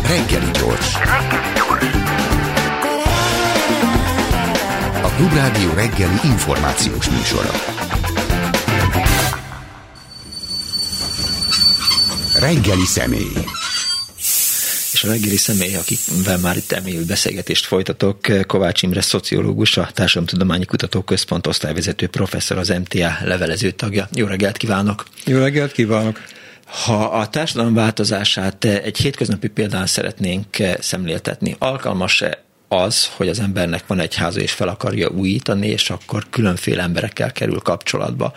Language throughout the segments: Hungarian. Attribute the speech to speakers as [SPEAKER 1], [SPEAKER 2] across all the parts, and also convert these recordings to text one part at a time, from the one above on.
[SPEAKER 1] Reggeli gyors. A Klubrádió reggeli információs műsora. Reggeli személy.
[SPEAKER 2] És a reggeli személy, akivel már itt elmélyült beszélgetést folytatok, Kovács Imre szociológus, a Társadalomtudományi Kutatóközpont osztályvezető professzor, az MTA levelező tagja. Jó reggelt kívánok!
[SPEAKER 3] Jó reggelt kívánok!
[SPEAKER 2] Ha a társadalom változását egy hétköznapi példán szeretnénk szemléltetni, alkalmas-e az, hogy az embernek van egy háza és fel akarja újítani, és akkor különféle emberekkel kerül kapcsolatba?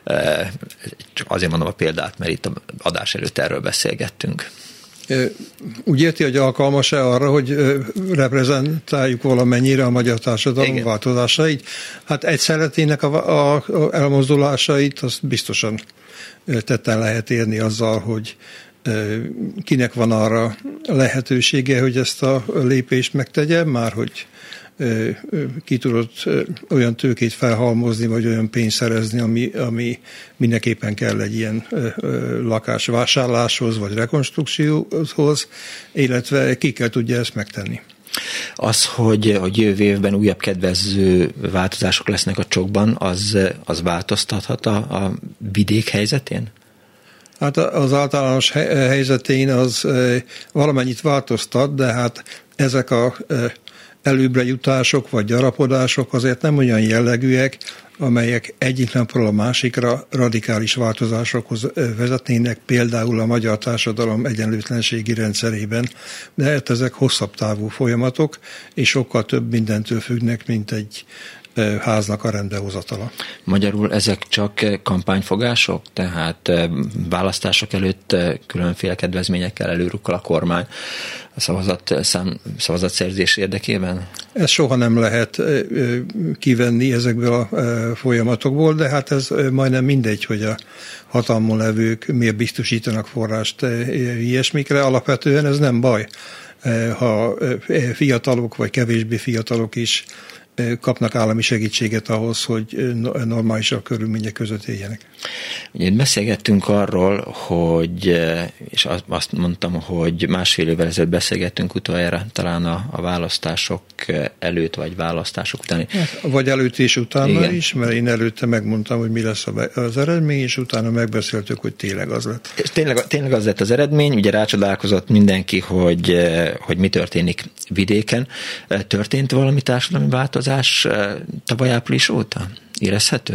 [SPEAKER 2] Csak azért mondom a példát, mert itt az adás előtt erről beszélgettünk.
[SPEAKER 3] Úgy érti, hogy alkalmas-e arra, hogy reprezentáljuk valamennyire a magyar társadalom változásait? Hát egy szeletének a elmozdulásait, azt biztosan tetten lehet érni azzal, hogy kinek van arra lehetősége, hogy ezt a lépést megtegye, már hogy ki tudott olyan tőkét felhalmozni, vagy olyan pénzt szerezni, ami mindenképpen kell egy ilyen lakásvásárláshoz, vagy rekonstrukcióhoz, illetve ki kell tudja ezt megtenni.
[SPEAKER 2] Az, hogy jövő évben újabb kedvező változások lesznek a csokban, az változtathat a vidék helyzetén?
[SPEAKER 3] Hát az általános helyzetén az valamennyit változtat, de hát ezek a előbbre jutások vagy gyarapodások azért nem olyan jellegűek, amelyek egyik napról a másikra radikális változásokhoz vezetnének, például a magyar társadalom egyenlőtlenségi rendszerében, de hát ezek hosszabb távú folyamatok, és sokkal több mindentől függnek, mint egy háznak a rendbehozatala.
[SPEAKER 2] Magyarul ezek csak kampányfogások? Tehát választások előtt különféle kedvezményekkel előrukkol a kormány a szavazatszerzés érdekében?
[SPEAKER 3] Ez soha nem lehet kivenni ezekből a folyamatokból, de hát ez majdnem mindegy, hogy a hatalmon levők miért biztosítanak forrást ilyesmikre. Alapvetően ez nem baj, ha fiatalok vagy kevésbé fiatalok is kapnak állami segítséget ahhoz, hogy normálisabb körülmények között éljenek.
[SPEAKER 2] Ugye beszélgettünk arról, hogy, és azt mondtam, hogy másfél évvel ezelőtt beszélgettünk utoljára, talán a választások előtt, vagy választások után.
[SPEAKER 3] Vagy előtt és utána is, mert én előtte megmondtam, hogy mi lesz az eredmény, és utána megbeszéltük, hogy tényleg az lett. És
[SPEAKER 2] tényleg az lett az eredmény, ugye rácsodálkozott mindenki, hogy mi történik vidéken. Történt valami társadalmi változás tavaly április óta? Érezhető?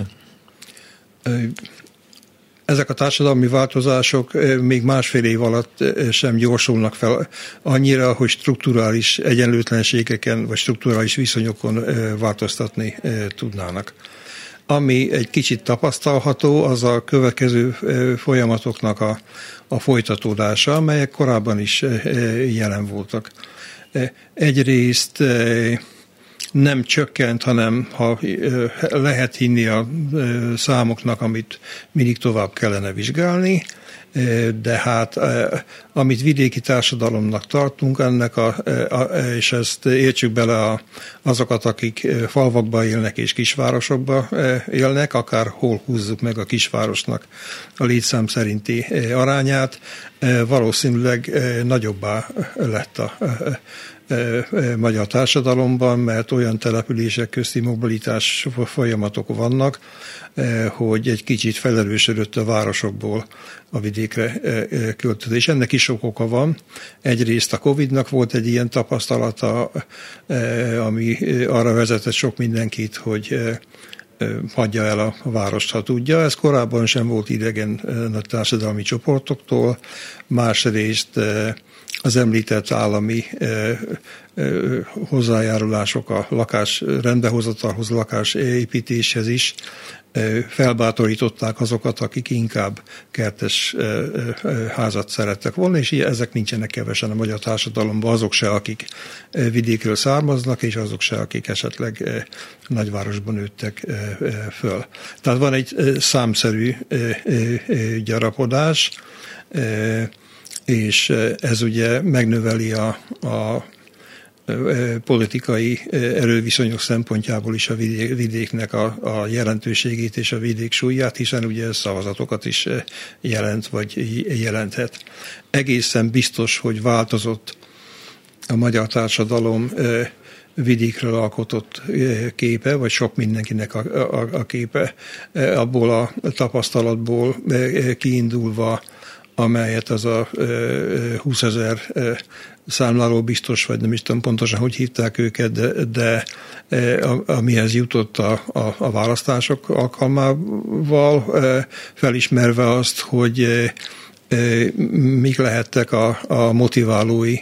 [SPEAKER 3] Ezek a társadalmi változások még másfél év alatt sem gyorsulnak fel annyira, hogy strukturális egyenlőtlenségeken vagy strukturális viszonyokon változtatni tudnának. Ami egy kicsit tapasztalható, az a következő folyamatoknak a folytatódása, amelyek korábban is jelen voltak. Egyrészt nem csökkent, hanem ha lehet hinni a számoknak, amit mindig tovább kellene vizsgálni, de hát amit vidéki társadalomnak tartunk, ennek és ezt értsük bele azokat, akik falvakban élnek és kisvárosokban élnek, akár hol húzzuk meg a kisvárosnak a létszám szerinti arányát, valószínűleg nagyobbá lett a magyar társadalomban, mert olyan települések közti mobilitás folyamatok vannak, hogy egy kicsit felerősödött a városokból a vidékre költözés. Ennek is sok oka van. Egyrészt a Covid-nak volt egy ilyen tapasztalata, ami arra vezetett sok mindenkit, hogy hagyja el a várost, ha tudja. Ez korábban sem volt idegen nagy társadalmi csoportoktól. Másrészt az említett állami hozzájárulások a lakás rendbehozatalhoz, lakásépítéshez is felbátorították azokat, akik inkább kertes házat szerettek volna, és ezek nincsenek kevesen a magyar társadalomban, azok se, akik vidékről származnak, és azok se, akik esetleg nagyvárosban nőttek föl. Tehát van egy számszerű gyarapodás, és ez ugye megnöveli a politikai erőviszonyok szempontjából is a vidéknek a jelentőségét és a vidék súlyát, hiszen ugye szavazatokat is jelent, vagy jelenthet. Egészen biztos, hogy változott a magyar társadalom vidékről alkotott képe, vagy sok mindenkinek a képe, abból a tapasztalatból kiindulva, amelyet az a 20 000 számláló biztos, vagy nem is tudom pontosan, hogy hívták őket, de amihez jutott a választások alkalmával, felismerve azt, hogy mik lehettek a motiválói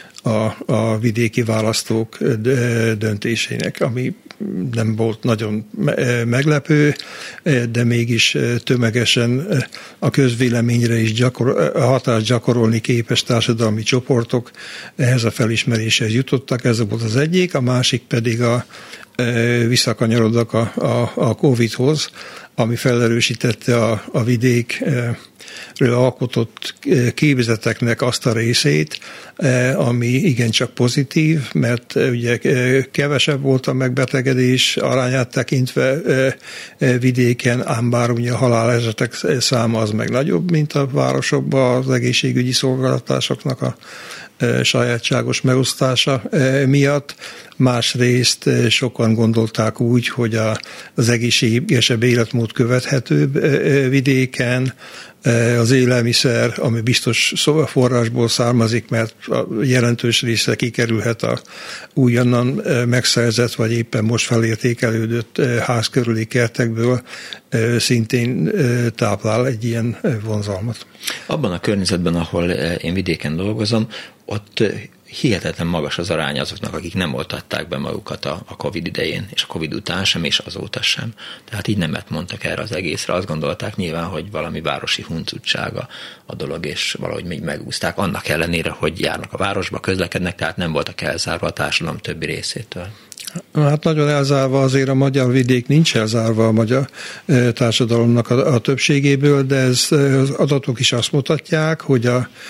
[SPEAKER 3] a vidéki választók döntésének, ami nem volt nagyon meglepő, de mégis tömegesen a közvéleményre is hatást gyakorolni képes társadalmi csoportok ehhez a felismeréshez jutottak. Ez volt az egyik, a másik pedig visszakanyarodok a Covid-hoz, ami felerősítette a vidékről alkotott képzeteknek azt a részét, ami igencsak pozitív, mert ugye kevesebb volt a megbetegedés arányát tekintve vidéken, ám bár ugye a halálesetek száma az meg nagyobb, mint a városokban az egészségügyi szolgáltatásoknak a sajátságos megosztása miatt. Másrészt sokan gondolták úgy, hogy az egészségesebb életmód követhetőbb vidéken, az élelmiszer, ami biztos forrásból származik, mert a jelentős része kikerülhet a újonnan megszerzett, vagy éppen most felértékelődött ház körüli kertekből, szintén táplál egy ilyen vonzalmat.
[SPEAKER 2] Abban a környezetben, ahol én vidéken dolgozom, ott hihetetlen magas az arány azoknak, akik nem oltatták be magukat a Covid idején, és a Covid után sem, és azóta sem. Tehát így nemet mondtak erre az egészre. Azt gondolták nyilván, hogy valami városi huncutsága a dolog, és valahogy még megúzták. Annak ellenére, hogy járnak a városba, közlekednek, tehát nem voltak elzárva a társadalom többi részétől.
[SPEAKER 3] Hát nagyon elzárva azért a magyar vidék nincs elzárva a magyar társadalomnak a többségéből, de az adatok is azt mutatják, hogy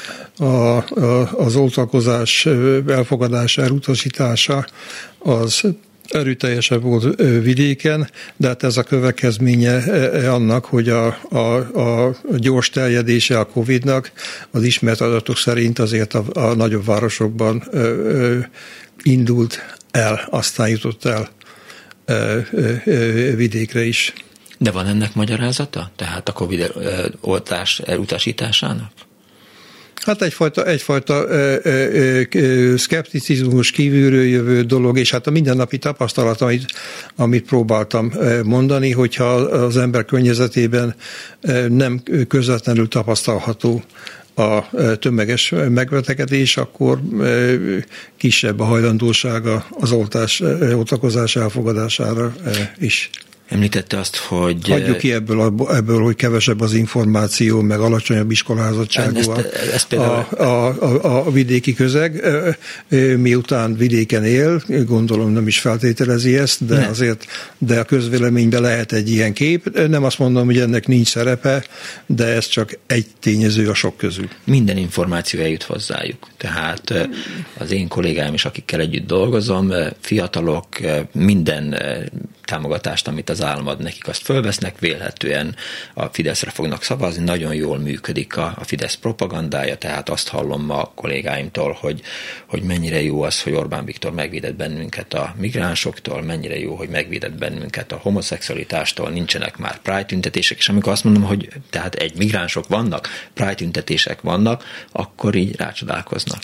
[SPEAKER 3] az oltakozás elfogadása, elutasítása az erőteljesebb volt vidéken, de hát ez a következménye annak, hogy a gyors terjedése a Covid-nak az ismert adatok szerint azért a nagyobb városokban indult el, aztán jutott el vidékre is.
[SPEAKER 2] De van ennek magyarázata? Tehát a Covid oltás elutasításának?
[SPEAKER 3] Hát egyfajta szkepticizmus, kívülről jövő dolog, és hát a mindennapi tapasztalat, amit próbáltam mondani, hogyha az ember környezetében nem közvetlenül tapasztalható a tömeges megbetegedés, akkor kisebb a hajlandósága az oltakozás elfogadására is.
[SPEAKER 2] Említette azt, hogy...
[SPEAKER 3] Hagyjuk ki ebből, hogy kevesebb az információ, meg alacsonyabb iskolázottságú a vidéki közeg. Miután vidéken él, gondolom nem is feltételezi ezt, de a közvéleményben lehet egy ilyen kép. Nem azt mondom, hogy ennek nincs szerepe, de ez csak egy tényező a sok közül.
[SPEAKER 2] Minden információ eljut hozzájuk. Tehát az én kollégáim is, akikkel együtt dolgozom, fiatalok, minden támogatást, amit az állam ad nekik, azt fölvesznek, vélhetően a Fideszre fognak szavazni, nagyon jól működik a Fidesz propagandája, tehát azt hallom a kollégáimtól, hogy mennyire jó az, hogy Orbán Viktor megvédett bennünket a migránsoktól, mennyire jó, hogy megvédett bennünket a homoszexualitástól, nincsenek már Pride tüntetések, és amikor azt mondom, hogy tehát migránsok vannak, Pride tüntetések vannak, akkor így rácsodálkoznak.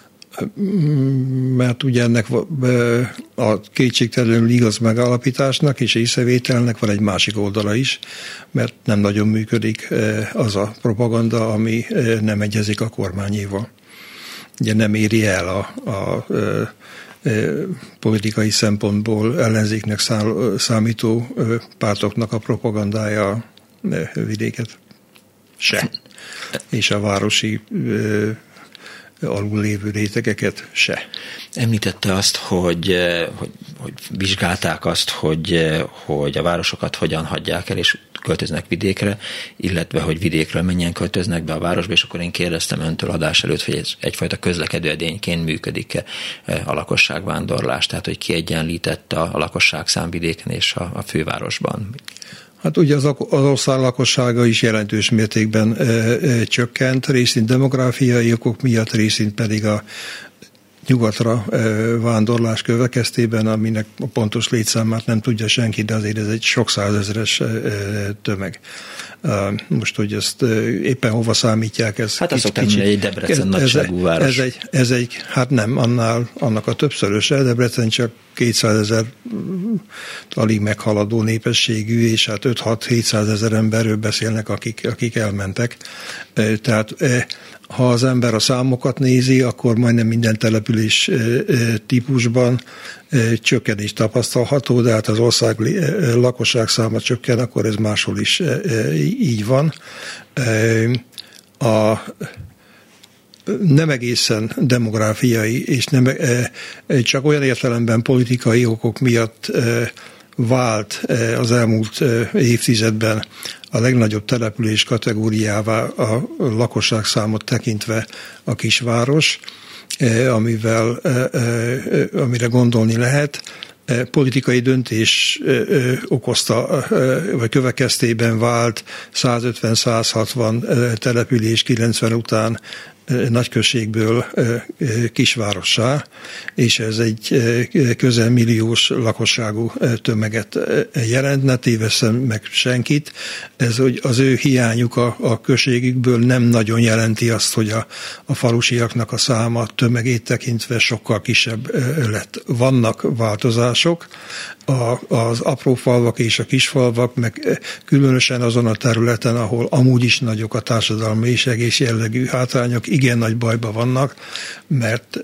[SPEAKER 3] Mert ugye ennek a kétségtelenül igaz megállapításnak és észrevételnek van egy másik oldala is, mert nem nagyon működik az a propaganda, ami nem egyezik a kormányéval. Ugye nem éri el a politikai szempontból ellenzéknek számító pártoknak a propagandája a vidéket se. És a városi alul lévő rétegeket se.
[SPEAKER 2] Említette azt, hogy vizsgálták azt, hogy a városokat hogyan hagyják el, és költöznek vidékre, illetve hogy vidékről mennyien költöznek be a városba, és akkor én kérdeztem öntől adás előtt, hogy ez egyfajta közlekedő edényként működik-e a lakosságvándorlás, tehát hogy kiegyenlített a lakosságszám vidéken és a fővárosban.
[SPEAKER 3] Hát ugye az ország lakossága is jelentős mértékben csökkent, részint demográfiai okok miatt, részint pedig a nyugatra vándorlás következtében, aminek a pontos létszámát nem tudja senki, de azért ez egy sok százezeres tömeg. Most, hogy ezt éppen hova számítják, ez
[SPEAKER 2] hát azt szoktam mondani, egy Debrecen nagyságú város.
[SPEAKER 3] Ez egy, hát nem, annak a többszöröse. Debrecen csak 200 000 alig meghaladó népességű, és hát 5-6-700 000 emberről beszélnek, akik elmentek. Tehát ha az ember a számokat nézi, akkor majdnem minden település típusban csökkenés tapasztalható, de hát az ország lakosság száma csökken, akkor ez máshol is így van. Nem egészen demográfiai, és nem, csak olyan értelemben politikai okok miatt vált az elmúlt évtizedben a legnagyobb település kategóriává a lakosságszámot tekintve a kisváros, amire gondolni lehet. Politikai döntés okozta, vagy következtében vált 150-160 település 90 után nagyközségből kisvárossá, és ez egy közel milliós lakosságú tömeget jelent, ne tévesszem meg senkit. Ez az ő hiányuk a községükből nem nagyon jelenti azt, hogy a falusiaknak a száma tömegét tekintve sokkal kisebb lett. Vannak változások, az apró falvak és a kisfalvak, meg különösen azon a területen, ahol amúgy is nagyok a társadalmi és egész jellegű hátrányok, igen nagy bajban vannak, mert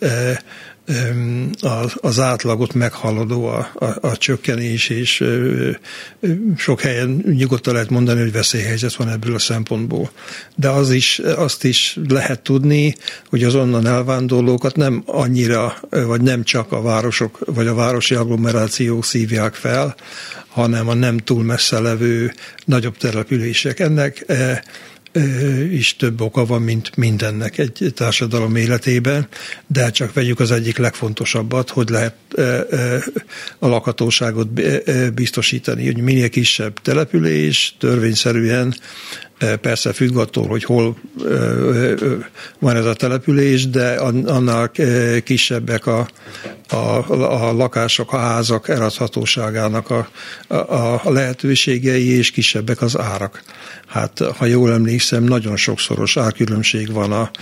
[SPEAKER 3] az átlagot meghaladó a csökkenés, és sok helyen nyugodtan lehet mondani, hogy veszélyhelyzet van ebből a szempontból. De azt is lehet tudni, hogy az onnan elvándorlókat nem annyira, vagy nem csak a városok, vagy a városi agglomerációk szívják fel, hanem a nem túl messze levő nagyobb települések. Ennek is több oka van, mint mindennek egy társadalom életében, de csak vegyük az egyik legfontosabbat, hogy lehet a lakhatóságot biztosítani. Hogy minél kisebb település, törvényszerűen persze függ attól, hogy hol van ez a település, de annál kisebbek a lakások, a házak eladhatóságának a lehetőségei, és kisebbek az árak. Hát, ha jól emlékszem, nagyon sokszoros árkülönbség van a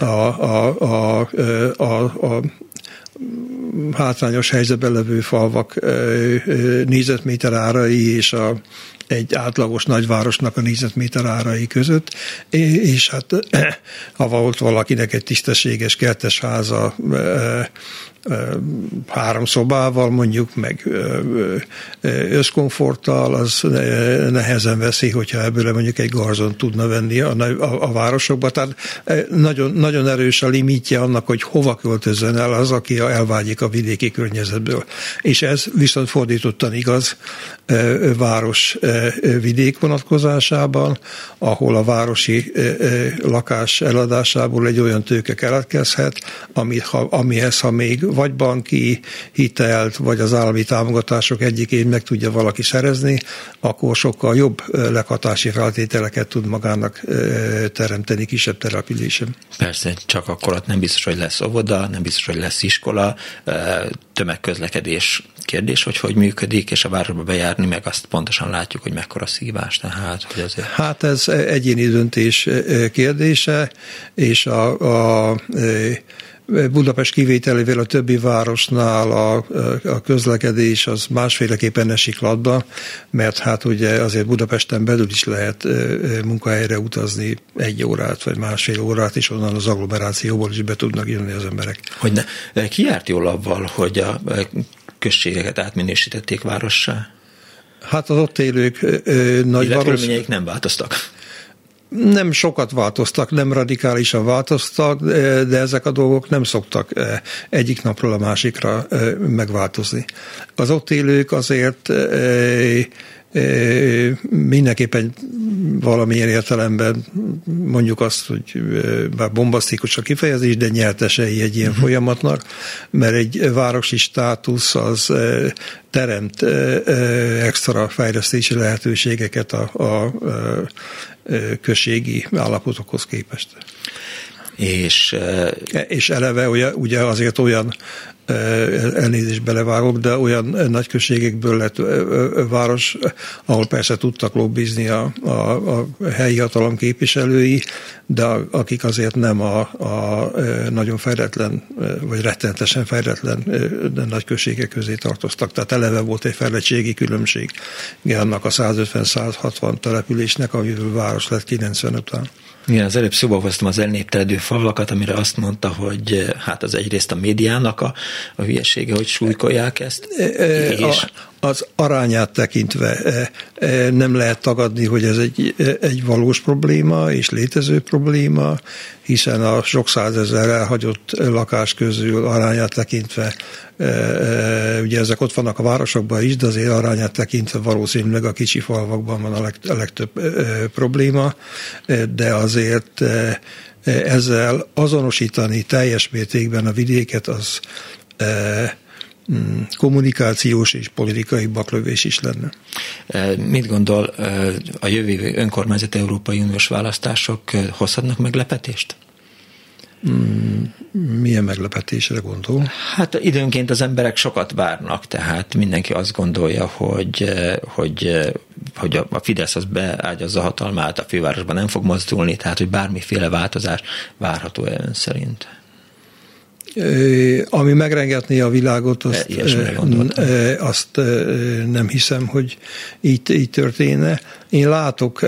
[SPEAKER 3] hátrányos helyzetben levő falvak négyzetméter árai és egy átlagos nagyvárosnak a négyzetméter árai között, és hát ha volt valakinek egy tisztességes kertes háza 3 szobával mondjuk, meg összkomforttal, az nehezen veszi, hogyha ebből mondjuk egy garzont tudna venni a városokba. Tehát nagyon, nagyon erős a limitje annak, hogy hova költözzen el az, aki elvágyik a vidéki környezetből. És ez viszont fordítottan igaz város-vidék vonatkozásában, ahol a városi lakás eladásából egy olyan tőke keletkezhet, amihez, ha még vagy banki hitelt, vagy az állami támogatások egyikén meg tudja valaki szerezni, akkor sokkal jobb lakhatási feltételeket tud magának teremteni kisebb településen.
[SPEAKER 2] Persze, csak akkor ott nem biztos, hogy lesz óvoda, nem biztos, hogy lesz iskola, tömegközlekedés kérdés, hogy működik, és a városba bejárni, meg azt pontosan látjuk, hogy mekkora szívás. Tehát, hogy azért... Hát
[SPEAKER 3] ez egyéni döntés kérdése, és a Budapest kivételével a többi városnál a közlekedés az másféleképpen esik latba, mert hát ugye azért Budapesten belül is lehet munkahelyre utazni 1 órát vagy másfél órát, és onnan az agglomerációból is be tudnak jönni az emberek.
[SPEAKER 2] Hogy ki járt jól avval, hogy a községeket átminősítették várossá?
[SPEAKER 3] Hát az ott élők nagy
[SPEAKER 2] életkörülményeik nem változtak.
[SPEAKER 3] Nem sokat változtak, nem radikálisan változtak, de ezek a dolgok nem szoktak egyik napról a másikra megváltozni. Az ott élők azért mindenképpen valamilyen értelemben mondjuk azt, hogy bár bombasztikus a kifejezés, de nyertesei egy ilyen folyamatnak, mert egy városi státusz az teremt extra fejlesztési lehetőségeket a községi állapotokhoz képest.
[SPEAKER 2] És
[SPEAKER 3] eleve ugye azért olyan, elnézést belevágok, de olyan nagy községekből lett város, ahol persze tudtak lobbizni a helyi hatalom képviselői, de akik azért nem a nagyon fejletlen, vagy rettenetesen fejletlen nagy községek közé tartoztak. Tehát eleve volt egy fejlettségi különbség annak a 150-160 településnek, amiből város lett 90 után.
[SPEAKER 2] Igen, az előbb szóba hoztam az elnépteledő falvakat, amire azt mondta, hogy hát az egyrészt a médiának a hülyesége, hogy súlykolják ezt.
[SPEAKER 3] Az arányát tekintve nem lehet tagadni, hogy ez egy valós probléma és létező probléma, hiszen a sok százezer elhagyott lakás közül arányát tekintve, ugye ezek ott vannak a városokban is, de azért arányát tekintve valószínűleg a kicsi falvakban van a legtöbb probléma, de azért ezzel azonosítani teljes mértékben a vidéket, az kommunikációs és politikai baklövés is lenne.
[SPEAKER 2] Mit gondol, a jövő évi önkormányzati Európai Uniós választások hozhatnak meglepetést?
[SPEAKER 3] Milyen meglepetésre gondol?
[SPEAKER 2] Hát időnként az emberek sokat várnak, tehát mindenki azt gondolja, hogy a Fidesz az beágyazza hatalmát, a fővárosban nem fog mozdulni, tehát hogy bármiféle változás várható-e ön szerint?
[SPEAKER 3] Ami megrengetné a világot, azt nem hiszem, hogy így történne. Én látok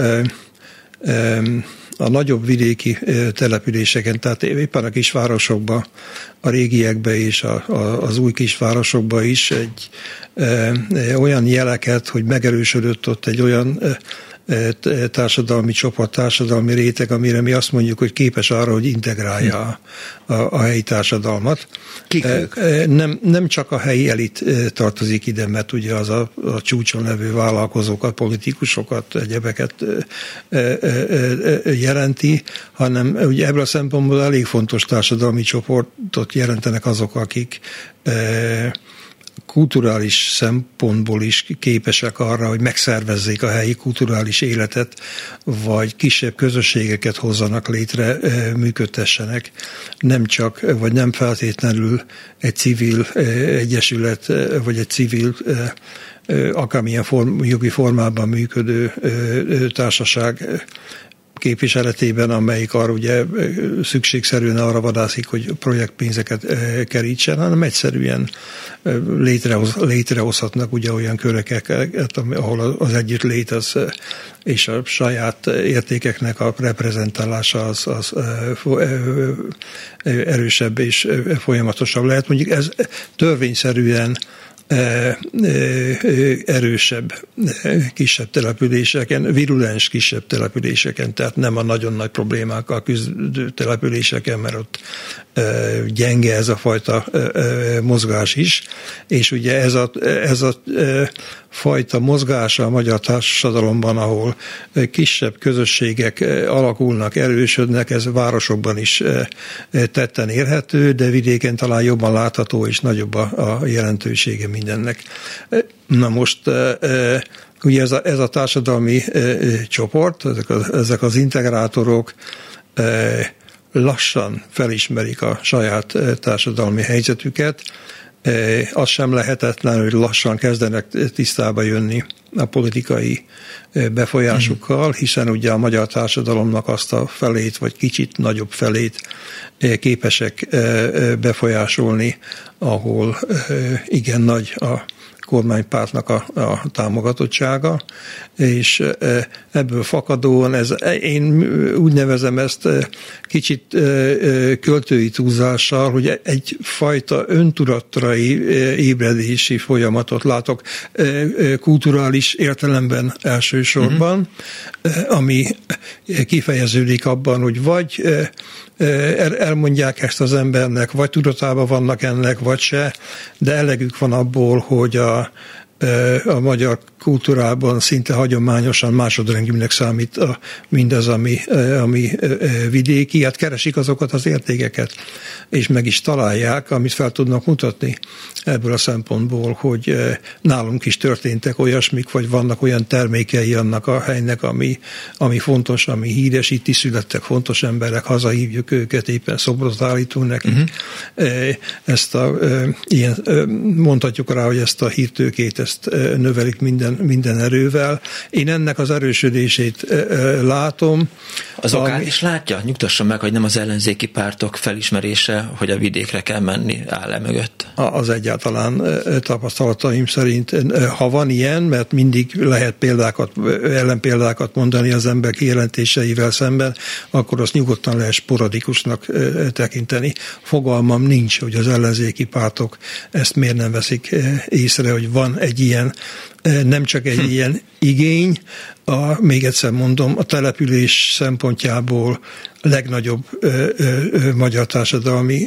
[SPEAKER 3] a nagyobb vidéki településeken, tehát éppen a kisvárosokban, a régiekben és az új kisvárosokban is egy olyan jeleket, hogy megerősödött ott egy olyan társadalmi csoport, társadalmi réteg, amire mi azt mondjuk, hogy képes arra, hogy integrálja a helyi társadalmat. Nem csak a helyi elit tartozik ide, mert ugye az a csúcson levő vállalkozókat, politikusokat, egyebeket jelenti, hanem ugye ebből a szempontból elég fontos társadalmi csoportot jelentenek azok, akik kulturális szempontból is képesek arra, hogy megszervezzék a helyi kulturális életet, vagy kisebb közösségeket hozzanak létre, működtessenek. Nem csak, vagy nem feltétlenül egy civil egyesület, vagy egy civil akármilyen jogi formában működő társaság képviseletében, amelyik arra ugye szükségszerűen arra vadászik, hogy projektpénzeket kerítsen, hanem egyszerűen létrehozhatnak ugye olyan köröket, ahol az együttlét és a saját értékeknek a reprezentálása az erősebb és folyamatosabb lehet. Mondjuk ez törvényszerűen erősebb kisebb településeken, virulens kisebb településeken, tehát nem a nagyon nagy problémákkal küzdő településeken, mert ott gyenge ez a fajta mozgás is, és ugye ez a fajta mozgása a magyar társadalomban, ahol kisebb közösségek alakulnak, erősödnek, ez városokban is tetten érhető, de vidéken talán jobban látható és nagyobb a jelentősége mindennek. Na most ugye ez a társadalmi csoport, ezek az integrátorok lassan felismerik a saját társadalmi helyzetüket. Az sem lehetetlen, hogy lassan kezdenek tisztába jönni a politikai befolyásukkal, hiszen ugye a magyar társadalomnak azt a felét, vagy kicsit nagyobb felét képesek befolyásolni, ahol igen nagy a kormánypártnak a támogatottsága, és ebből fakadóan én úgy nevezem ezt kicsit költői túlzással, hogy egyfajta öntudatra ébredési folyamatot látok kulturális értelemben elsősorban, ami kifejeződik abban, hogy vagy elmondják ezt az embernek, vagy tudatában vannak ennek, vagy se, de elegük van abból, hogy a magyar kultúrában szinte hagyományosan másodrendűnek számít mindaz, ami vidéki. Hát keresik azokat az értékeket, és meg is találják, amit fel tudnak mutatni ebből a szempontból, hogy nálunk is történtek olyasmik, vagy vannak olyan termékei annak a helynek, ami fontos, ami híres, itt is születtek fontos emberek, hazahívjuk őket, éppen szobrot állítunk nekik. Ezt ilyen, mondhatjuk rá, hogy ezt a hírtőkét, ezt növelik minden erővel. Én ennek az erősödését látom.
[SPEAKER 2] Az okát is látja? Nyugtasson meg, hogy nem az ellenzéki pártok felismerése, hogy a vidékre kell menni, áll mögött.
[SPEAKER 3] Az egyáltalán tapasztalataim szerint, ha van ilyen, mert mindig lehet ellenpéldákat mondani az ember kijelentéseivel szemben, akkor azt nyugodtan lehet sporadikusnak tekinteni. Fogalmam nincs, hogy az ellenzéki pártok ezt miért nem veszik észre, hogy van egy ilyen, nem csak egy ilyen igény, még egyszer mondom, a település szempontjából legnagyobb magyar társadalmi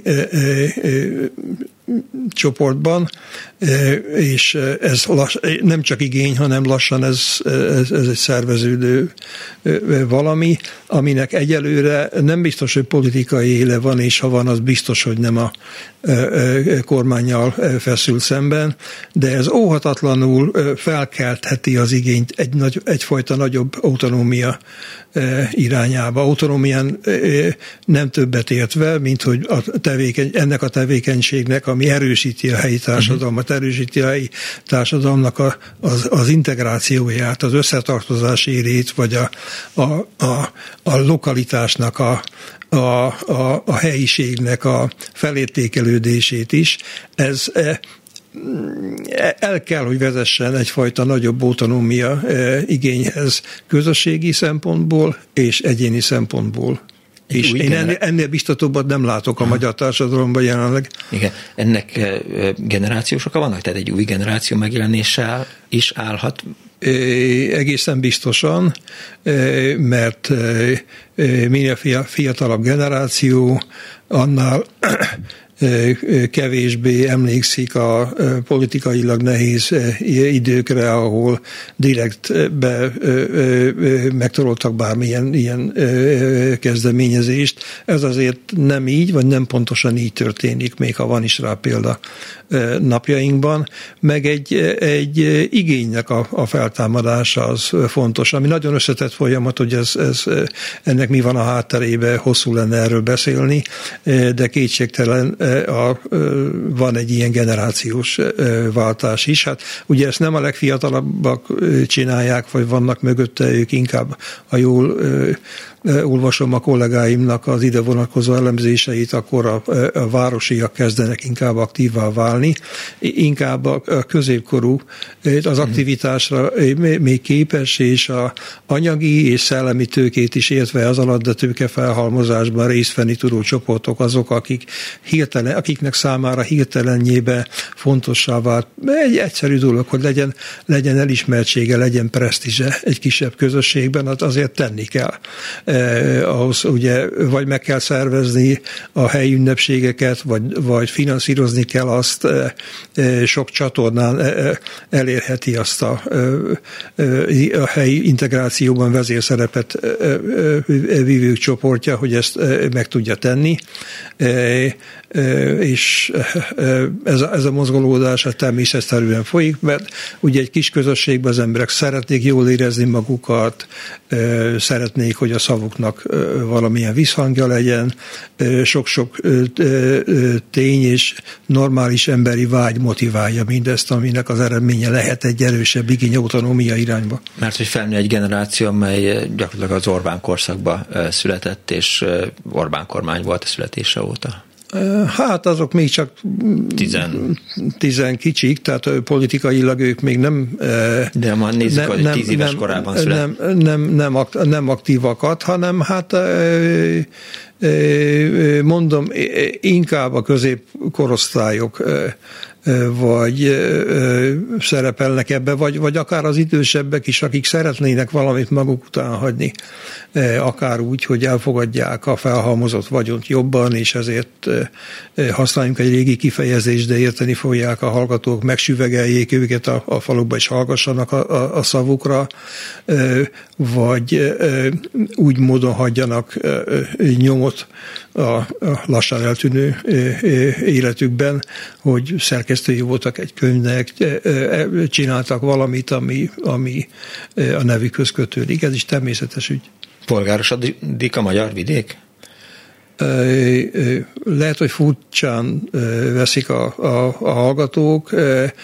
[SPEAKER 3] csoportban, és ez nem csak igény, hanem lassan ez egy szerveződő valami, aminek egyelőre nem biztos, hogy politikai éle van, és ha van, az biztos, hogy nem a kormánnyal feszül szemben, de ez óhatatlanul felkeltheti az igényt egyfajta nagyobb autonómia irányába. Autonómián nem többet értve, mint hogy ennek a tevékenységnek, ami erősíti a helyi társadalmat, erősíti a helyi társadalomnak az integrációját, az összetartozás érét, vagy a lokalitásnak a helyiségnek a felértékelődését is. Ez el kell, hogy vezessen egyfajta nagyobb autonómia igényhez közösségi szempontból és egyéni szempontból. És én ennél biztatóbbat nem látok a magyar társadalomban jelenleg.
[SPEAKER 2] Igen, ennek generációs oka vannak? Tehát egy új generáció megjelenéssel is állhat?
[SPEAKER 3] Egészen biztosan, mert minél fiatalabb generáció, annál kevésbé emlékszik a politikailag nehéz időkre, ahol direktbe megtoroltak bármilyen ilyen kezdeményezést. Ez azért nem így, vagy nem pontosan így történik, még ha van is rá példa napjainkban, meg egy igénynek a feltámadása az fontos, ami nagyon összetett folyamat, hogy ennek mi van a hátterében, hosszú lenne erről beszélni, de kétségtelen van egy ilyen generációs váltás is. Hát ugye ezt nem a legfiatalabbak csinálják, vagy vannak mögötte, ők inkább, ha jól olvasom a kollégáimnak az ide vonatkozó elemzéseit, akkor a városiak kezdenek inkább aktívvá válni, inkább a középkorú az aktivitásra még képes, és a anyagi és szellemi tőkét is értve az alatt a tőke felhalmozásban részt venni tudó csoportok azok, akiknek számára hirtelenjébe fontossá vált. Egy egyszerű dolog, hogy legyen elismertsége, legyen presztízse egy kisebb közösségben, azért tenni kell. Ahhoz ugye vagy meg kell szervezni a helyi ünnepségeket, vagy finanszírozni kell azt, sok csatornán elérheti azt a helyi integrációban vezérszerepet vívők csoportja, hogy ezt meg tudja tenni, és ez a mozgolódás természetszerűen folyik, mert ugye egy kis közösségben az emberek szeretnék jól érezni magukat, szeretnék, hogy a szavuknak valamilyen visszhangja legyen, sok-sok tény és normális emberi vágy motiválja mindezt, aminek az eredménye lehet egy erősebb igény autonómia irányba.
[SPEAKER 2] Mert hogy felnő egy generáció, amely gyakorlatilag az Orbán korszakban született, és Orbán kormány volt a születése óta.
[SPEAKER 3] Hát azok még csak 10 kicsik, tehát politikailag ők még nem...
[SPEAKER 2] De ma nézzük, hogy 10 éves korában született.
[SPEAKER 3] Nem aktívakat, hanem hát mondom, inkább a középkorosztályok vagy szerepelnek ebbe, vagy akár az idősebbek is, akik szeretnének valamit maguk után hagyni, akár úgy, hogy elfogadják a felhalmozott vagyont jobban, és ezért használjunk egy régi kifejezést, de érteni fogják a hallgatók, megsüvegeljék őket a faluba, és hallgassanak a szavukra, vagy úgy módon hagyjanak nyomot a lassan eltűnő életükben, hogy szerkesztői voltak egy könyvnek, csináltak valamit, ami a nevükhöz kötődik. Ez is természetes ügy.
[SPEAKER 2] Polgárosodik a magyar vidék?
[SPEAKER 3] Lehet, hogy furcsán veszik a hallgatók.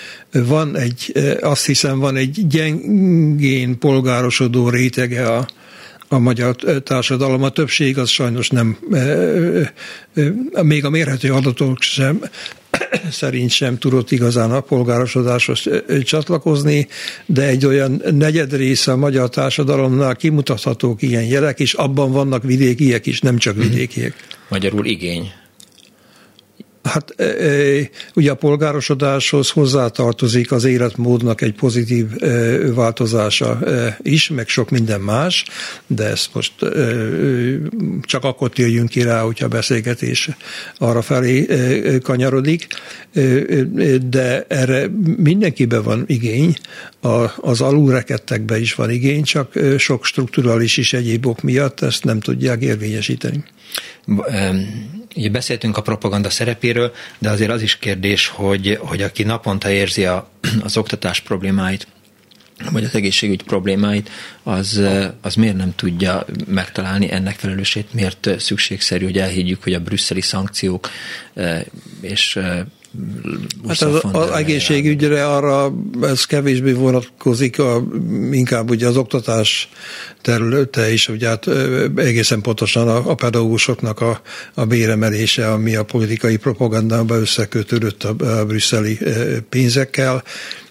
[SPEAKER 3] Azt hiszem, van egy gyengén polgárosodó rétege a magyar társadalom. A többség az sajnos nem, még a mérhető adatok szerint sem tudott igazán a polgárosodáshoz csatlakozni, de egy olyan negyed része a magyar társadalomnál kimutathatók ilyen jelek, és abban vannak vidékiek is, nem csak vidékiek.
[SPEAKER 2] Magyarul igény.
[SPEAKER 3] Hát ugye a polgárosodáshoz hozzátartozik az életmódnak egy pozitív változása is, meg sok minden más, de ezt most csak akkor térjünk ki rá, hogyha a beszélgetés arra felé kanyarodik, de erre mindenkiben van igény, az alulrekedtekben is van igény, csak sok strukturális és egyéb ok miatt ezt nem tudják érvényesíteni.
[SPEAKER 2] Ugye beszéltünk a propaganda szerepéről, de azért az is kérdés, hogy aki naponta érzi az oktatás problémáit, vagy az egészségügy problémáit, az miért nem tudja megtalálni ennek felelősét, miért szükségszerű, hogy elhiggyük, hogy a brüsszeli szankciók és
[SPEAKER 3] hát az egészségügyre arra ez kevésbé vonatkozik, inkább ugye az oktatás területe is, ugye hát egészen pontosan a pedagógusoknak a béremelése, ami a politikai propagandában összekötődött a brüsszeli pénzekkel.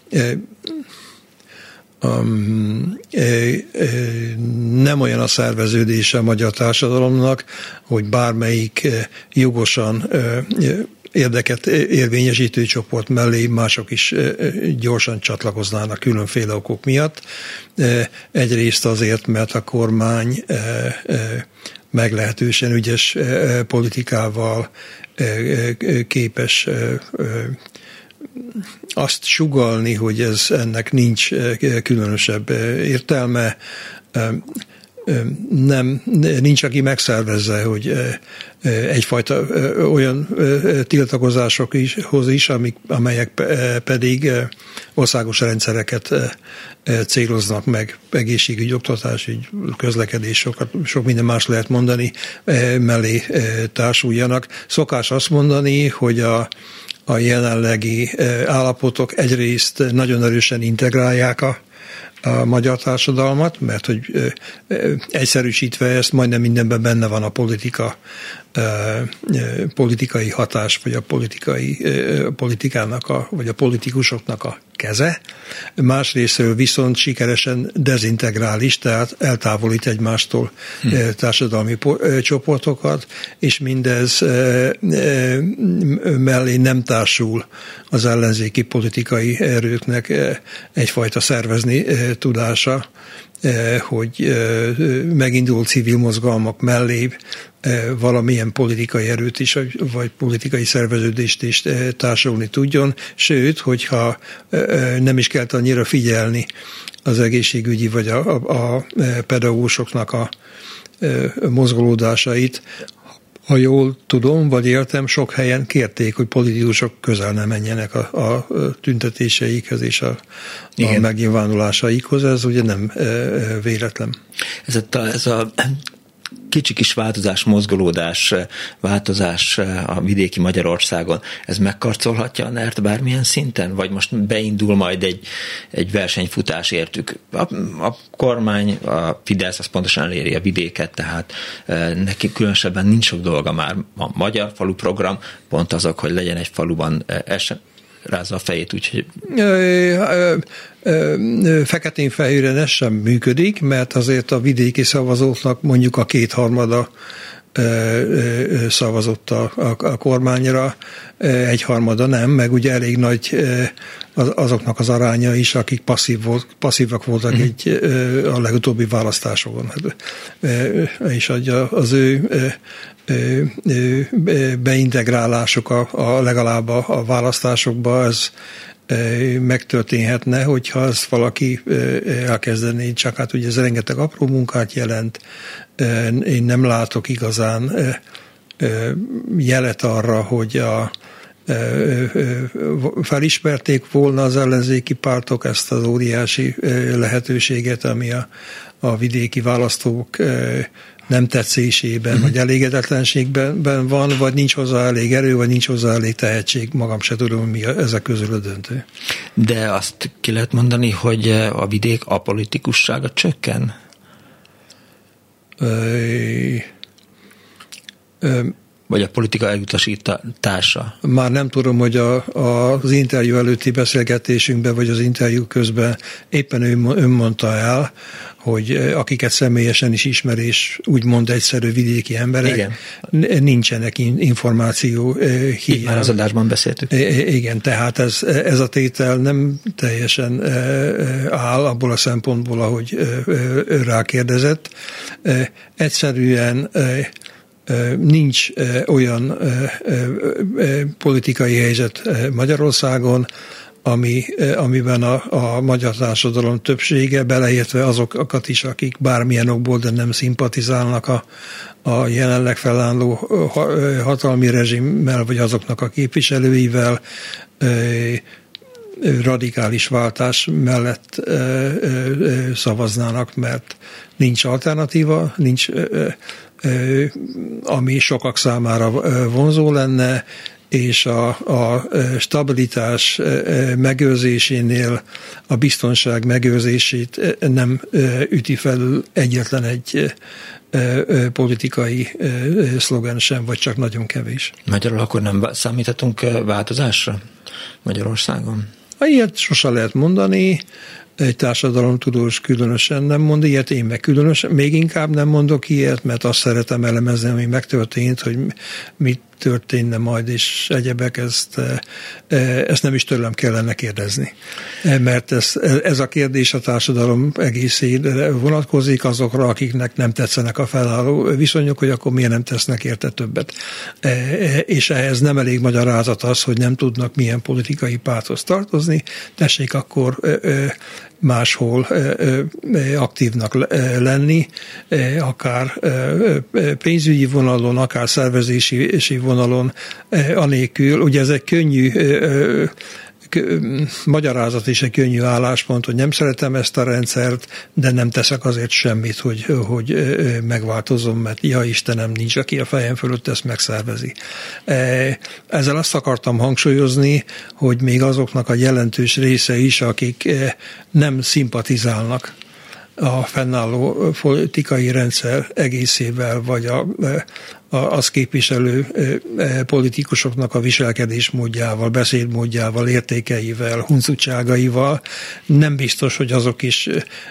[SPEAKER 3] Nem olyan a szerveződése a magyar társadalomnak, hogy bármelyik jogosan érdeket érvényesítő csoport mellé mások is gyorsan csatlakoznának különféle okok miatt. Egyrészt azért, mert a kormány meglehetősen ügyes politikával képes azt sugallni, hogy ennek különösebb értelme, nincs, aki megszervezze, hogy egyfajta olyan tiltakozásokhoz is, amelyek pedig országos rendszereket céloznak meg, egészségügy, oktatásügy, közlekedés, sok minden más lehet mondani, mellé társuljanak. Szokás azt mondani, hogy a jelenlegi állapotok egyrészt nagyon erősen integrálják a magyar társadalmat, mert hogy egyszerűsítve ezt majdnem mindenben benne van a politikai hatás, vagy a politikának, vagy a politikusoknak a keze. Másrésztről viszont sikeresen dezintegrális, tehát eltávolít egymástól társadalmi csoportokat, és mindez mellé nem társul az ellenzéki politikai erőknek egyfajta szervezni tudása, hogy megindult civil mozgalmak mellé valamilyen politikai erőt is, vagy politikai szerveződést is társulni tudjon, sőt, hogyha nem is kell annyira figyelni az egészségügyi vagy a pedagógusoknak a mozgolódásait. Ha jól tudom, vagy értem, sok helyen kérték, hogy politikusok közel ne menjenek a tüntetéseikhez és a megnyilvánulásaikhoz. Ez ugye nem véletlen.
[SPEAKER 2] Ez a kicsi kis változás, mozgolódás, változás a vidéki Magyarországon, ez megkarcolhatja a NER-t bármilyen szinten? Vagy most beindul majd egy versenyfutás értük? A kormány, a Fidesz az pontosan eléri a vidéket, tehát neki különösebben nincs sok dolga már. A Magyar Falu Program pont azok, hogy legyen egy faluban rázza a fejét, úgyhogy...
[SPEAKER 3] Feketén-fehéren ez sem működik, mert azért a vidéki szavazóknak mondjuk a 2/3 szavazott a kormányra, egyharmada nem, meg ugye elég nagy azoknak az aránya is, akik passzívak voltak a legutóbbi választásokon. És az ő beintegrálásuk legalább a választásokba, ez megtörténhetne, hogyha ezt valaki elkezdené, csak hát ugye ez rengeteg apró munkát jelent. Én nem látok igazán jelet arra, hogy felismerték volna az ellenzéki pártok ezt az óriási lehetőséget, ami a vidéki választók nem tetszésében, vagy elégedetlenségben van, vagy nincs hozzá elég erő, vagy nincs hozzá elég tehetség. Magam se tudom, mi ezek közül a döntő.
[SPEAKER 2] De azt ki lehet mondani, hogy a vidék apolitikussága csökken? Vagy a politika elutasítása? Már
[SPEAKER 3] nem tudom, hogy az interjú előtti beszélgetésünkben, vagy az interjú közben éppen ön mondta el, hogy akiket személyesen is ismer, és úgymond egyszerű vidéki emberek, igen, nincsenek információ hiány.
[SPEAKER 2] Itt már az adásban beszéltük.
[SPEAKER 3] Igen, tehát ez a tétel nem teljesen áll abból a szempontból, ahogy rákérdezett. Egyszerűen nincs olyan politikai helyzet Magyarországon, amiben a magyar társadalom többsége, beleértve azokat is, akik bármilyen okból, de nem szimpatizálnak a jelenleg felálló hatalmi rezsimmel, vagy azoknak a képviselőivel, radikális váltás mellett szavaznának, mert nincs alternatíva, nincs, ami sokak számára vonzó lenne, és a stabilitás megőrzésénél a biztonság megőrzését nem üti felül egyetlen egy politikai szlogen sem, vagy csak nagyon kevés.
[SPEAKER 2] Magyarul akkor nem számíthatunk változásra Magyarországon?
[SPEAKER 3] Ilyet sosem lehet mondani, egy társadalomtudós különösen nem mond ilyet, én meg különösen, még inkább nem mondok ilyet, mert azt szeretem elemezni, ami megtörtént, hogy mit történne majd, és egyebek, ezt nem is tőlem kellene kérdezni. Mert ez a kérdés a társadalom egészére vonatkozik, azokra, akiknek nem tetszenek a felálló viszonyok, hogy akkor miért nem tesznek érte többet. És ehhez nem elég magyarázat az, hogy nem tudnak milyen politikai párthoz tartozni, tessék akkor máshol aktívnak lenni, akár pénzügyi vonalon, akár szervezési vonalon, anélkül, ugye ez egy könnyű magyarázat és egy könnyű álláspont, hogy nem szeretem ezt a rendszert, de nem teszek azért semmit, hogy megváltozom, mert ja Istenem, nincs, aki a fejem fölött ezt megszervezi. Ezzel azt akartam hangsúlyozni, hogy még azoknak a jelentős része is, akik nem szimpatizálnak a fennálló politikai rendszer egészével, vagy azt képviselő politikusoknak a viselkedésmódjával, beszédmódjával, értékeivel, huncutságaival. Nem biztos, hogy azok is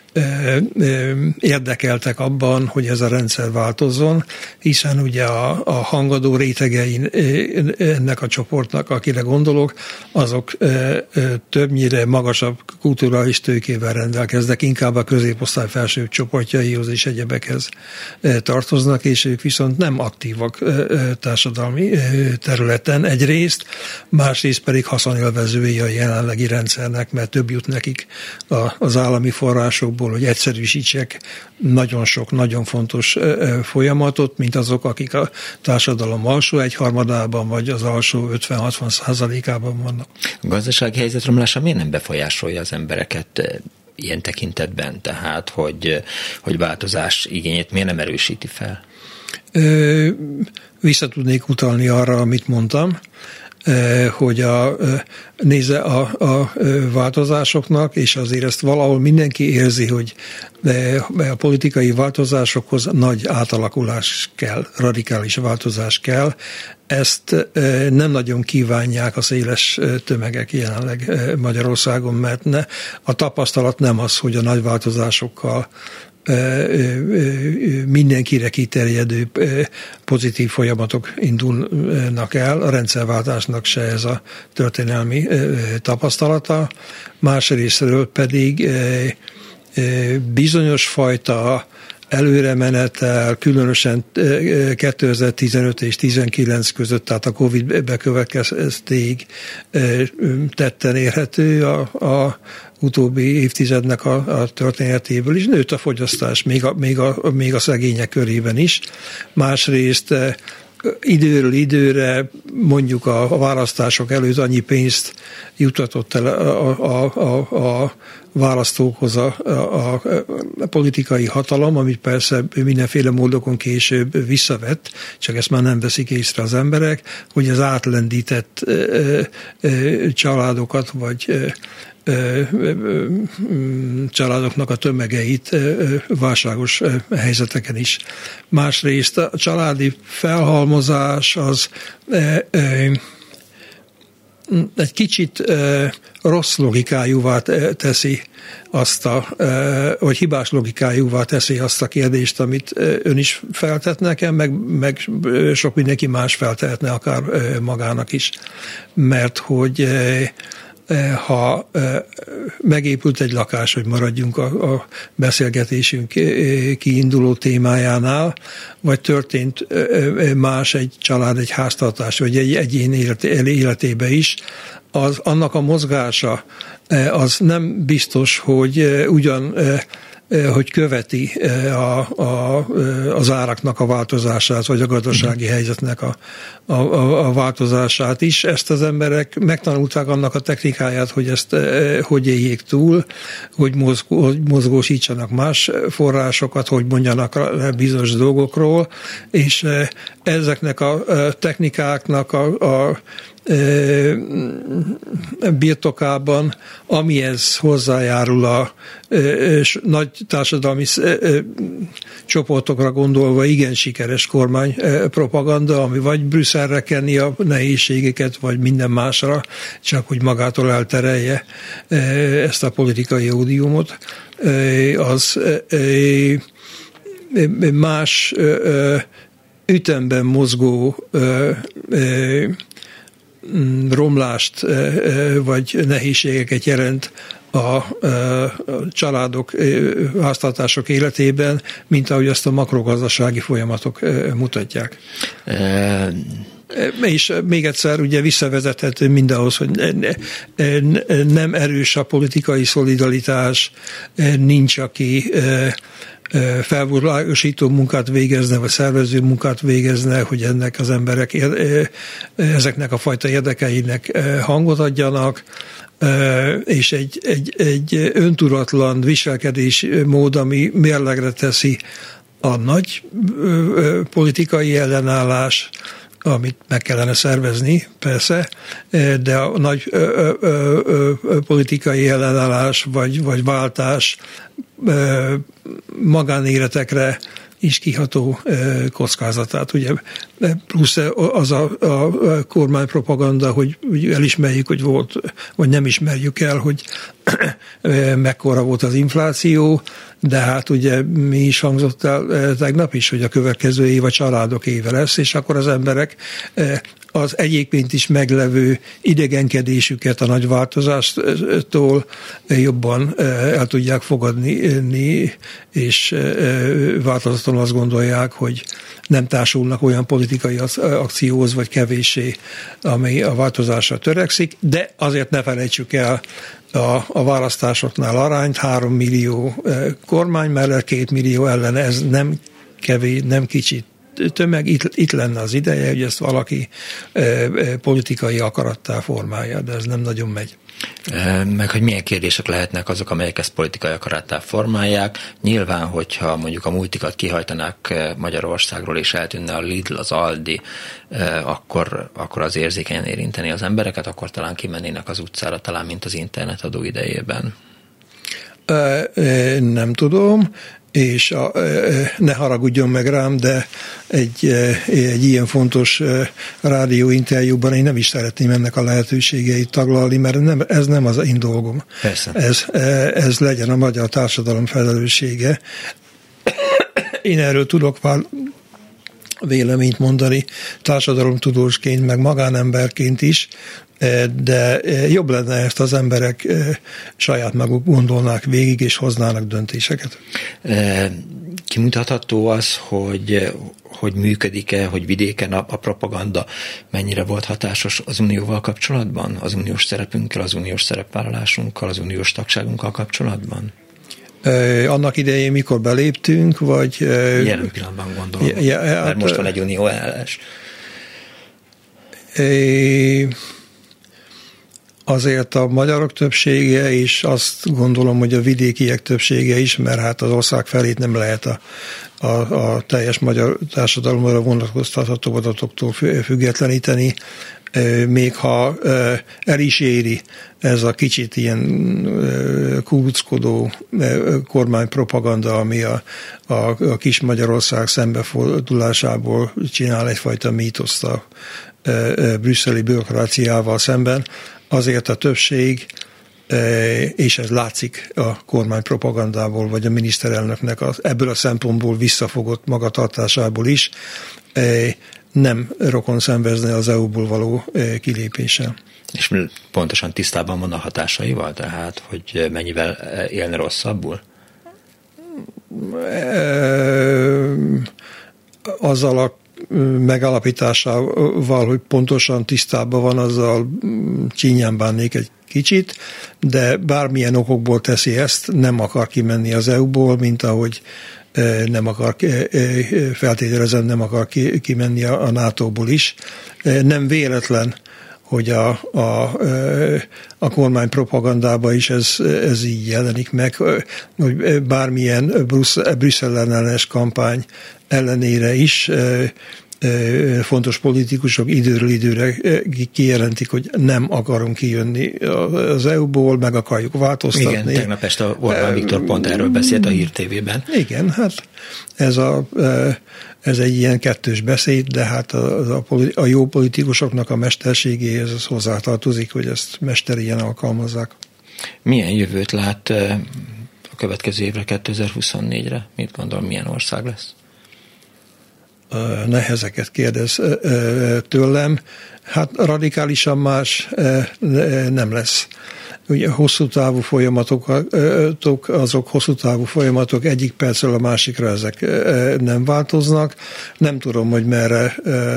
[SPEAKER 3] érdekeltek abban, hogy ez a rendszer változzon, hiszen ugye a hangadó rétegein ennek a csoportnak, akire gondolok, azok többnyire magasabb kulturális tőkével rendelkeznek, inkább a középosztály felsőbb csoportjaihoz és egyebekhez tartoznak, és ők viszont nem aktívak társadalmi területen egyrészt, másrészt pedig haszonélvezői a jelenlegi rendszernek, mert több jut nekik az állami forrásokból, hogy egyszerűsítsek nagyon sok, nagyon fontos folyamatot, mint azok, akik a társadalom alsó egyharmadában, vagy az alsó 50-60%-ában vannak.
[SPEAKER 2] A gazdasági helyzet romlása miért nem befolyásolja az embereket ilyen tekintetben? Tehát, hogy változás igényét miért nem erősíti fel?
[SPEAKER 3] Vissza tudnék utalni arra, amit mondtam, hogy a változásoknak, és azért ezt valahol mindenki érzi, hogy a politikai változásokhoz nagy átalakulás kell, radikális változás kell. Ezt nem nagyon kívánják a széles tömegek jelenleg Magyarországon, mert a tapasztalat nem az, hogy a nagy változásokkal mindenkire kiterjedő pozitív folyamatok indulnak el. A rendszerváltásnak se ez a történelmi tapasztalata. Másrésztről pedig bizonyos fajta előremenetel, különösen 2015 és 2019 között, tehát a Covid bekövetkeztéig tetten érhető a utóbbi évtizednek a történetéből is. Nőtt a fogyasztás, még a szegények körében is. Másrészt időről időre, mondjuk a választások előtt annyi pénzt juttatott el a választókhoz a politikai hatalom, amit persze mindenféle módokon később visszavett, csak ezt már nem veszik észre az emberek, hogy az átlendített családokat, vagy családoknak a tömegeit válságos helyzeteken is. Másrészt a családi felhalmozás az egy kicsit rossz logikájúvá teszi vagy hibás logikájúvá teszi azt a kérdést, amit ön is feltett nekem, meg sok mindenki más feltehetne akár magának is. Mert hogy ha megépült egy lakás, hogy maradjunk a beszélgetésünk kiinduló témájánál, vagy történt más egy család, egy háztartás, vagy egy egyén életébe is, annak a mozgása az nem biztos, hogy hogy követi az áraknak a változását, vagy a gazdasági helyzetnek a változását is. Ezt az emberek megtanulták annak a technikáját, hogy ezt hogy éljék túl, hogy mozgósítsanak más forrásokat, hogy mondjanak le bizonyos dolgokról, és ezeknek a technikáknak a birtokában, amihez hozzájárul a nagy társadalmi csoportokra gondolva igen sikeres kormánypropaganda, ami vagy Brüsszelre kenni a nehézségeket, vagy minden másra, csak hogy magától elterelje ezt a politikai ódiumot, az más ütemben mozgó romlást vagy nehézségeket jelent a családok, háztartások életében, mint ahogy azt a makrogazdasági folyamatok mutatják. És még egyszer ugye visszavezethető mindahhoz, hogy nem erős a politikai szolidaritás, nincs, aki felvilágosító munkát végezne, vagy szervező munkát végezne, hogy ennek az emberek ezeknek a fajta érdekeinek hangot adjanak, és egy öntudatlan viselkedésmód, ami mérlegre teszi a nagy politikai ellenállás, amit meg kellene szervezni, persze, de a nagy politikai ellenállás vagy váltás magánéletekre is kiható kockázatát. Ugye, plusz az a kormánypropaganda, hogy elismerjük, hogy volt, vagy nem ismerjük el, hogy mekkora volt az infláció, de hát ugye mi is hangzott el tegnap is, hogy a következő év a családok éve lesz, és akkor az emberek az egyébként is meglevő idegenkedésüket a nagy változástól jobban el tudják fogadni, és változatlanul azt gondolják, hogy nem társulnak olyan politikai akcióhoz, vagy kevéssé, amely a változásra törekszik, de azért ne felejtsük el a választásoknál arányt, 3 millió kormány mellett 2 millió ellen, ez nem kevés, nem kicsit tömeg, itt lenne az ideje, hogy ezt valaki politikai akarattá formálja, de ez nem nagyon megy.
[SPEAKER 2] Meg hogy milyen kérdések lehetnek azok, amelyek ezt politikai akarattá formálják. Nyilván, hogyha mondjuk a multikat kihajtanák Magyarországról és eltűnne a Lidl, az Aldi, akkor az érzékenyen érinteni az embereket, akkor talán kimennének az utcára, talán mint az internetadó idejében.
[SPEAKER 3] Nem tudom, és ne haragudjon meg rám, de egy ilyen fontos rádióinterjúban én nem is szeretném ennek a lehetőségeit taglalni, mert ez nem az én dolgom.
[SPEAKER 2] Persze.
[SPEAKER 3] Ez legyen a magyar társadalom felelőssége. Én erről tudok véleményt mondani társadalomtudósként, meg magánemberként is, de jobb lenne ezt az emberek saját maguk gondolnák végig, és hoznának döntéseket.
[SPEAKER 2] Kimutatható az, hogy működik-e, hogy vidéken a propaganda mennyire volt hatásos az unióval kapcsolatban, az uniós szerepünkkel, az uniós szerepvállalásunkkal, az uniós tagságunkkal kapcsolatban?
[SPEAKER 3] Annak idején, mikor beléptünk, vagy...
[SPEAKER 2] Jelen pillanatban gondolom, mert most van egy unió ellenes.
[SPEAKER 3] Azért a magyarok többsége, és azt gondolom, hogy a vidékiek többsége is, mert hát az ország felét nem lehet a teljes magyar társadalomra vonatkoztatható adatoktól függetleníteni, még ha el is éri ez a kicsit ilyen kuruckodó kormánypropaganda, ami a kis Magyarország szembefordulásából csinál egyfajta mítoszt a brüsszeli bürokráciával szemben, azért a többség, és ez látszik a kormánypropagandából, vagy a miniszterelnöknek ebből a szempontból visszafogott magatartásából is, nem rokon szenvezne az EU-ból való kilépéssel.
[SPEAKER 2] És pontosan tisztában van a hatásaival, tehát, hogy mennyivel élne rosszabbul?
[SPEAKER 3] Azzal a megállapításával, hogy pontosan tisztában van, azzal csínyán bánnék egy kicsit, de bármilyen okokból teszi ezt, nem akar kimenni az EU-ból, mint ahogy nem akar, feltételezem, nem akar kimenni a NATO-ból is. Nem véletlen, hogy a kormány propagandában is ez így jelenik meg, hogy bármilyen Brüsszel ellenes kampány ellenére is fontos politikusok időről időre kijelentik, hogy nem akarunk kijönni az EU-ból, meg akarjuk változtatni. Igen,
[SPEAKER 2] tegnap este Orbán Viktor pont erről beszélt a Hír TV-ben.
[SPEAKER 3] Igen, hát ez egy ilyen kettős beszéd, de hát a jó politikusoknak a mesterségéhez ez hozzátartozik, hogy ezt mesterien alkalmazzák.
[SPEAKER 2] Milyen jövőt lát a következő évre, 2024-re? Mit gondol, milyen ország lesz?
[SPEAKER 3] Nehezeket kérdez tőlem. Hát radikálisan más nem lesz. Ugye hosszú távú folyamatok, azok hosszú távú folyamatok, egyik percről a másikra ezek nem változnak. Nem tudom, hogy merre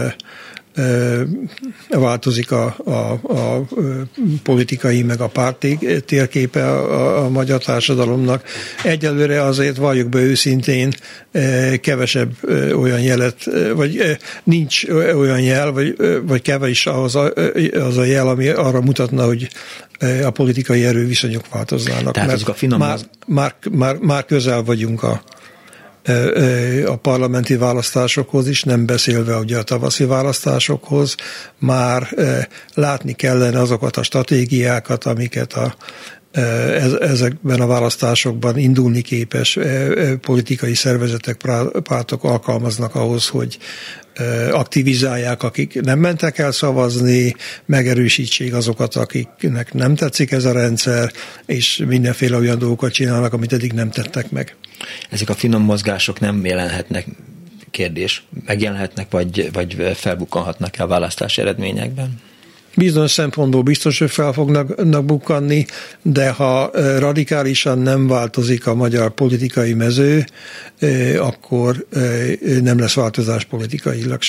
[SPEAKER 3] változik a politikai meg a párti térképe a magyar társadalomnak. Egyelőre azért valljuk be őszintén, kevesebb olyan jelet, vagy nincs olyan jel, vagy kevés az a jel, ami arra mutatna, hogy a politikai erőviszonyok változnának.
[SPEAKER 2] Tehát
[SPEAKER 3] már közel vagyunk a parlamenti választásokhoz is, nem beszélve ugye a tavaszi választásokhoz, már látni kellene azokat a stratégiákat, amiket ezekben a választásokban indulni képes politikai szervezetek, pártok alkalmaznak ahhoz, hogy aktivizálják, akik nem mentek el szavazni, megerősítsék azokat, akiknek nem tetszik ez a rendszer, és mindenféle olyan dolgokat csinálnak, amit eddig nem tettek meg.
[SPEAKER 2] Ezek a finom mozgások nem jelenhetnek, kérdés, megjelenhetnek, vagy felbukkanhatnak a választási eredményekben?
[SPEAKER 3] Bizonyos szempontból biztos, hogy fel fognak bukkanni, de ha radikálisan nem változik a magyar politikai mező, akkor nem lesz változás politikailag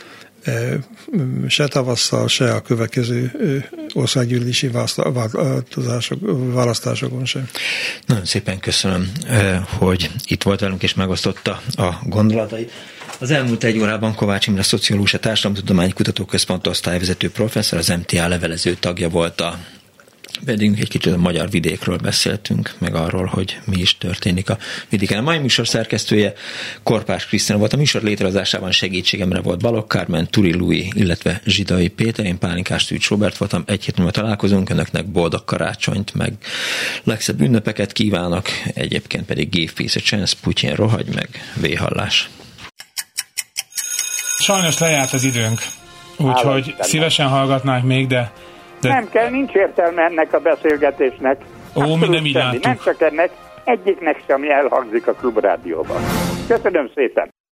[SPEAKER 3] se tavasszal, se a következő országgyűlési választásokon sem.
[SPEAKER 2] Nagyon szépen köszönöm, hogy itt volt velünk és megosztotta a gondolatait. Az elmúlt egy órában Kovács Imre szociológus, a Társadalomtudományi Kutatóközpont osztályvezető professzor, az MTA levelező tagja volt pedig egy kicsit a magyar vidékről beszéltünk, meg arról, hogy mi is történik a vidéken. A mai műsor szerkesztője Korpás Krisztina volt, a műsor létrehozásában segítségemre volt Balogh Kármen, Turi Lui, illetve Zsidai Péter, én Pálinkás Szűcs Robert voltam, egy hét múlva találkozunk, önöknek boldog karácsonyt, meg legszebb ünnepeket kívánok, egyébként pedig give peace a chance, Putyin rohagy meg, véhallás.
[SPEAKER 4] Sajnos lejárt az időnk, úgyhogy szívesen hallgatnánk még, de...
[SPEAKER 5] Nem kell, nincs értelme ennek a beszélgetésnek.
[SPEAKER 4] Ó, mi nem így láttuk.
[SPEAKER 5] Nem csak ennek, egyiknek sem elhangzik a Klubrádióban. Köszönöm szépen!